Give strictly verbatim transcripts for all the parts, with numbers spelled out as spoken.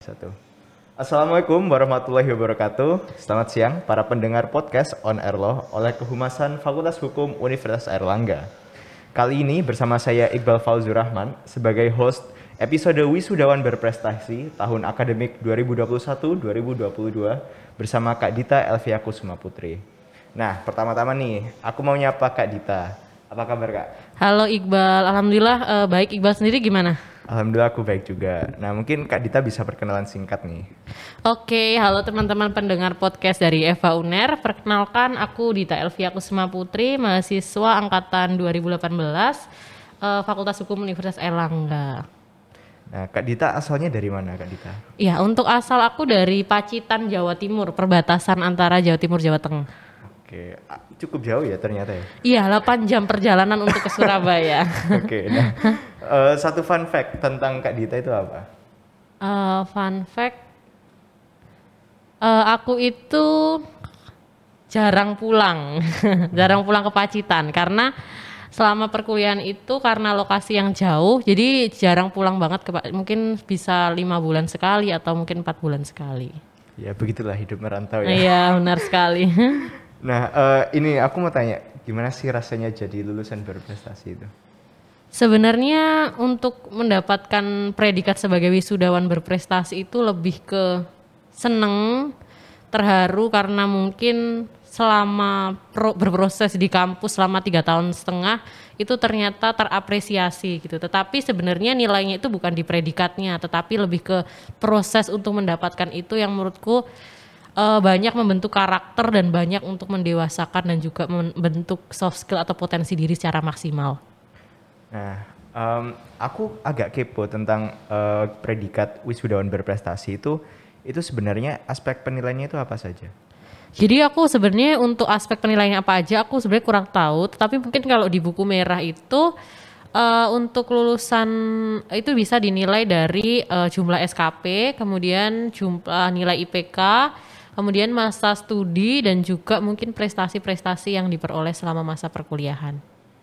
Satu. Assalamualaikum warahmatullahi wabarakatuh. Selamat siang para pendengar podcast On Air Law oleh Kehumasan Fakultas Hukum Universitas Airlangga. Kali ini bersama saya Iqbal Fauzur Rahman sebagai host episode Wisudawan Berprestasi tahun akademik dua ribu dua puluh satu dua ribu dua puluh dua bersama Kak Dita Elvia Kusuma Putri. Nah, pertama-tama nih, aku mau nyapa Kak Dita. Apa kabar Kak? Halo Iqbal, alhamdulillah uh, baik. Iqbal sendiri gimana? Alhamdulillah aku baik juga. Nah, mungkin Kak Dita bisa perkenalan singkat nih. Oke, halo teman-teman pendengar podcast dari Eva Uner. Perkenalkan, aku Dita Elvia Kusuma Putri, mahasiswa angkatan dua ribu delapan belas, uh, Fakultas Hukum Universitas Airlangga. Nah, Kak Dita asalnya dari mana Kak Dita? Ya, untuk asal aku dari Pacitan, Jawa Timur, perbatasan antara Jawa Timur, Jawa Tengah. Oke, cukup jauh ya ternyata ya? Iya, delapan jam perjalanan untuk ke Surabaya. Oke, nah uh, satu fun fact tentang Kak Dita itu apa? Uh, fun fact, uh, aku itu jarang pulang, jarang pulang ke Pacitan karena selama perkuliahan itu karena lokasi yang jauh, jadi jarang pulang banget ke, mungkin bisa lima bulan sekali atau mungkin empat bulan sekali. Ya begitulah hidup merantau ya. Iya benar sekali. Nah uh, ini aku mau tanya, gimana sih rasanya jadi lulusan berprestasi itu? Sebenarnya untuk mendapatkan predikat sebagai wisudawan berprestasi itu lebih ke seneng, terharu karena mungkin selama pro, berproses di kampus selama tiga tahun setengah itu ternyata terapresiasi gitu. Tetapi sebenarnya nilainya itu bukan di predikatnya, tetapi lebih ke proses untuk mendapatkan itu yang menurutku uh, banyak membentuk karakter dan banyak untuk mendewasakan dan juga membentuk soft skill atau potensi diri secara maksimal. Nah, um, aku agak kepo tentang uh, predikat wisudawan berprestasi itu. Itu sebenarnya aspek penilaiannya itu apa saja? Jadi aku sebenarnya untuk aspek penilaiannya apa aja aku sebenarnya kurang tahu. Tetapi mungkin kalau di buku merah itu uh, untuk lulusan itu bisa dinilai dari uh, jumlah S K P, kemudian jumlah nilai I P K, kemudian masa studi dan juga mungkin prestasi-prestasi yang diperoleh selama masa perkuliahan.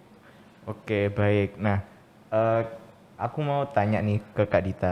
Oke, baik. Nah, uh, aku mau tanya nih ke Kak Dita.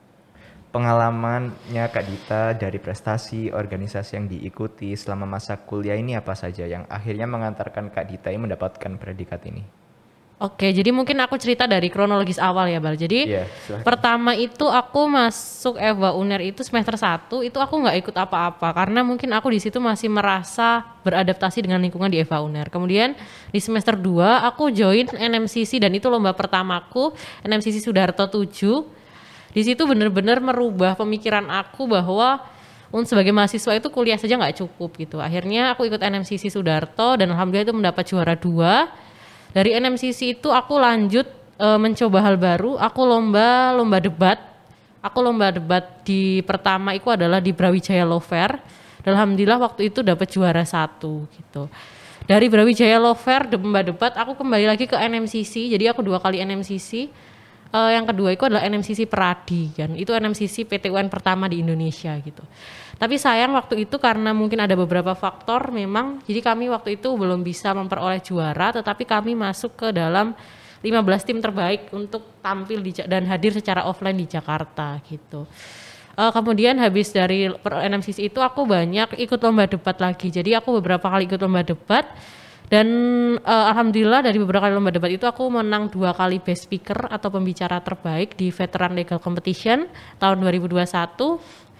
Pengalamannya Kak Dita dari prestasi organisasi yang diikuti selama masa kuliah ini apa saja yang akhirnya mengantarkan Kak Dita ini mendapatkan predikat ini? Oke, jadi mungkin aku cerita dari kronologis awal ya Bal. Jadi yeah, pertama itu aku masuk Eva Uner itu semester satu itu aku nggak ikut apa-apa karena mungkin aku di situ masih merasa beradaptasi dengan lingkungan di Eva Uner. Kemudian di semester dua aku join N M C C dan itu lomba pertamaku N M C C Sudarto tujuh. Di situ benar-benar merubah pemikiran aku bahwa untuk sebagai mahasiswa itu kuliah saja nggak cukup gitu. Akhirnya aku ikut N M C C Sudarto dan alhamdulillah itu mendapat juara dua. Dari N M C C itu aku lanjut e, mencoba hal baru. Aku lomba lomba debat. Aku lomba debat di pertama itu adalah di Brawijaya Law Fair. Dan alhamdulillah waktu itu dapat juara satu gitu. Dari Brawijaya Law Fair lomba debat aku kembali lagi ke N M C C. Jadi aku dua kali N M C C. Uh, yang kedua itu adalah N M C C Peradi kan, itu N M C C P T U N pertama di Indonesia gitu. Tapi sayang waktu itu karena mungkin ada beberapa faktor memang, jadi kami waktu itu belum bisa memperoleh juara, tetapi kami masuk ke dalam lima belas tim terbaik untuk tampil di, dan hadir secara offline di Jakarta gitu. Uh, kemudian habis dari N M C C itu aku banyak ikut lomba debat lagi, jadi aku beberapa kali ikut lomba debat. Dan uh, alhamdulillah dari beberapa kali lomba debat itu aku menang dua kali best speaker atau pembicara terbaik di Veteran Legal Competition tahun dua ribu dua puluh satu.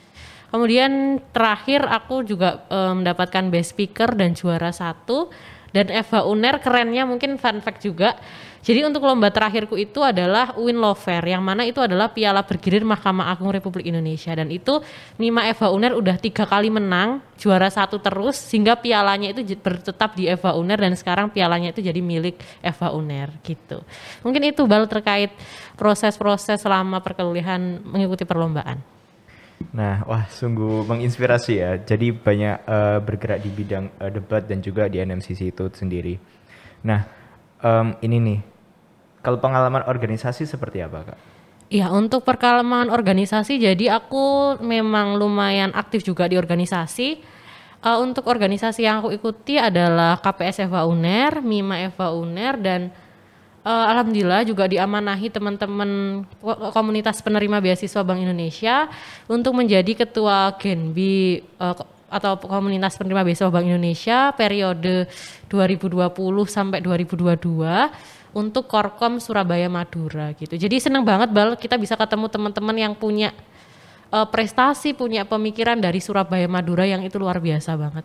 Kemudian terakhir aku juga uh, mendapatkan best speaker dan juara satu. Dan Eva Uner kerennya mungkin fun fact juga. Jadi untuk lomba terakhirku itu adalah Win Law Fair yang mana itu adalah piala bergilir Mahkamah Agung Republik Indonesia dan itu Nima Eva Uner udah tiga kali menang juara satu terus sehingga pialanya itu tetap di Eva Uner dan sekarang pialanya itu jadi milik Eva Uner gitu. Mungkin itu Bal terkait proses-proses selama perkuliahan mengikuti perlombaan. Nah, wah sungguh menginspirasi ya. Jadi banyak uh, bergerak di bidang uh, debat dan juga di N M C C itu sendiri. Nah, um, ini nih, kalau pengalaman organisasi seperti apa Kak? Iya, untuk pengalaman organisasi jadi aku memang lumayan aktif juga di organisasi. Uh, untuk organisasi yang aku ikuti adalah K P S Eva Uner, Mima Eva Uner dan uh, alhamdulillah juga diamanahi teman-teman komunitas penerima beasiswa Bank Indonesia untuk menjadi ketua Genbi uh, atau komunitas penerima beasiswa Bank Indonesia periode dua ribu dua puluh sampai dua ribu dua puluh dua untuk Korkom Surabaya Madura gitu. Jadi senang banget Bal kita bisa ketemu teman-teman yang punya uh, prestasi, punya pemikiran dari Surabaya Madura yang itu luar biasa banget.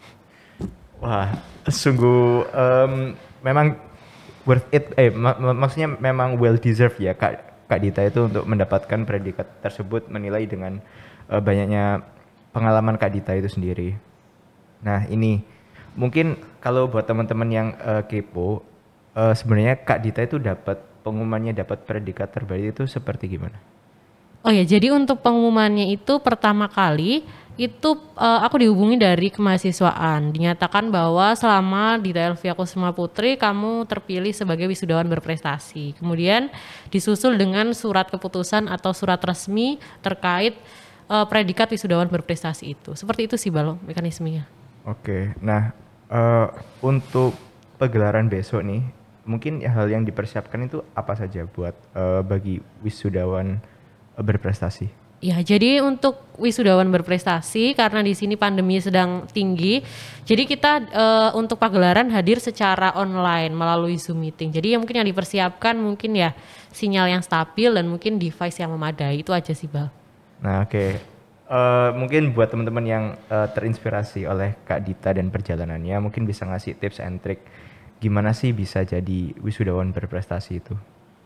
Wah, sungguh um, memang worth it, eh mak- mak- maksudnya memang well deserved ya Kak Kak Dita itu untuk mendapatkan predikat tersebut, menilai dengan uh, banyaknya pengalaman Kak Dita itu sendiri. Nah ini mungkin kalau buat teman-teman yang uh, kepo, uh, sebenarnya Kak Dita itu dapat pengumumannya dapat predikat terbaik itu seperti gimana? Oh ya, jadi untuk pengumumannya itu pertama kali itu uh, aku dihubungi dari kemahasiswaan, dinyatakan bahwa selama di T L V Kusuma Putri kamu terpilih sebagai wisudawan berprestasi. Kemudian disusul dengan surat keputusan atau surat resmi terkait uh, predikat wisudawan berprestasi itu. Seperti itu sih Balo mekanismenya. Oke, nah uh, untuk pegelaran besok nih, mungkin hal yang dipersiapkan itu apa saja buat uh, bagi wisudawan uh, berprestasi? Ya, jadi untuk wisudawan berprestasi karena di sini pandemi sedang tinggi, jadi kita uh, untuk pagelaran hadir secara online melalui Zoom meeting. Jadi yang mungkin yang dipersiapkan mungkin ya sinyal yang stabil dan mungkin device yang memadai, itu aja sih Bal. Nah oke, okay. uh, mungkin buat teman-teman yang uh, terinspirasi oleh Kak Dita dan perjalanannya, mungkin bisa ngasih tips and trick gimana sih bisa jadi wisudawan berprestasi itu?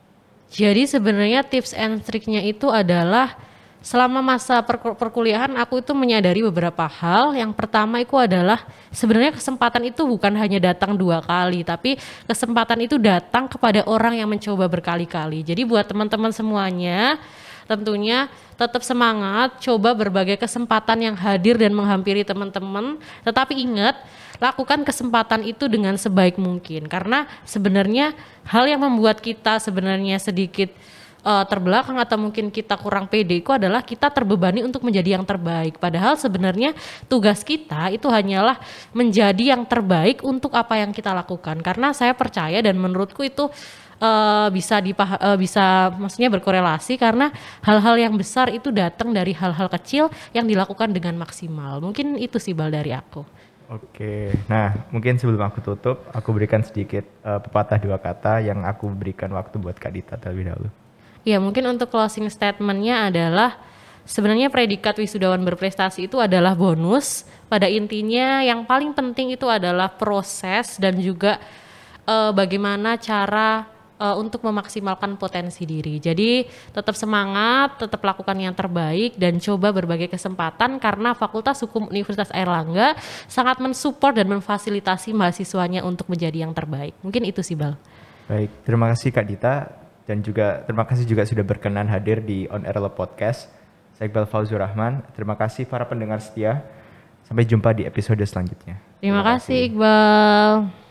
Jadi sebenarnya tips and triknya itu adalah selama masa per- perkuliahan aku itu menyadari beberapa hal. Yang pertama itu adalah sebenarnya kesempatan itu bukan hanya datang dua kali, tapi kesempatan itu datang kepada orang yang mencoba berkali-kali. Jadi buat teman-teman semuanya tentunya tetap semangat, coba berbagai kesempatan yang hadir dan menghampiri teman-teman. Tetapi ingat, lakukan kesempatan itu dengan sebaik mungkin. Karena sebenarnya hal yang membuat kita sebenarnya sedikit Uh, terbelakang atau mungkin kita kurang pede itu adalah kita terbebani untuk menjadi yang terbaik. Padahal sebenarnya tugas kita itu hanyalah menjadi yang terbaik untuk apa yang kita lakukan. Karena saya percaya dan menurutku itu uh, bisa dipah- uh, bisa maksudnya berkorelasi karena hal-hal yang besar itu datang dari hal-hal kecil yang dilakukan dengan maksimal. Mungkin itu sih Bal dari aku. Oke, nah mungkin sebelum aku tutup, aku berikan sedikit uh, pepatah dua kata yang aku berikan waktu buat Kak Dita terlebih dahulu. Ya mungkin untuk closing statement-nya adalah sebenarnya predikat wisudawan berprestasi itu adalah bonus. Pada intinya yang paling penting itu adalah proses dan juga uh, bagaimana cara uh, untuk memaksimalkan potensi diri. Jadi tetap semangat, tetap lakukan yang terbaik dan coba berbagai kesempatan karena Fakultas Hukum Universitas Airlangga sangat mensupport dan memfasilitasi mahasiswanya untuk menjadi yang terbaik. Mungkin itu sih Bal. Baik, terima kasih Kak Dita. Dan juga terima kasih juga sudah berkenan hadir di On Air Lab Podcast. Saya Iqbal Fauzur Rahman. Terima kasih para pendengar setia. Sampai jumpa di episode selanjutnya. Terima, terima kasih Iqbal.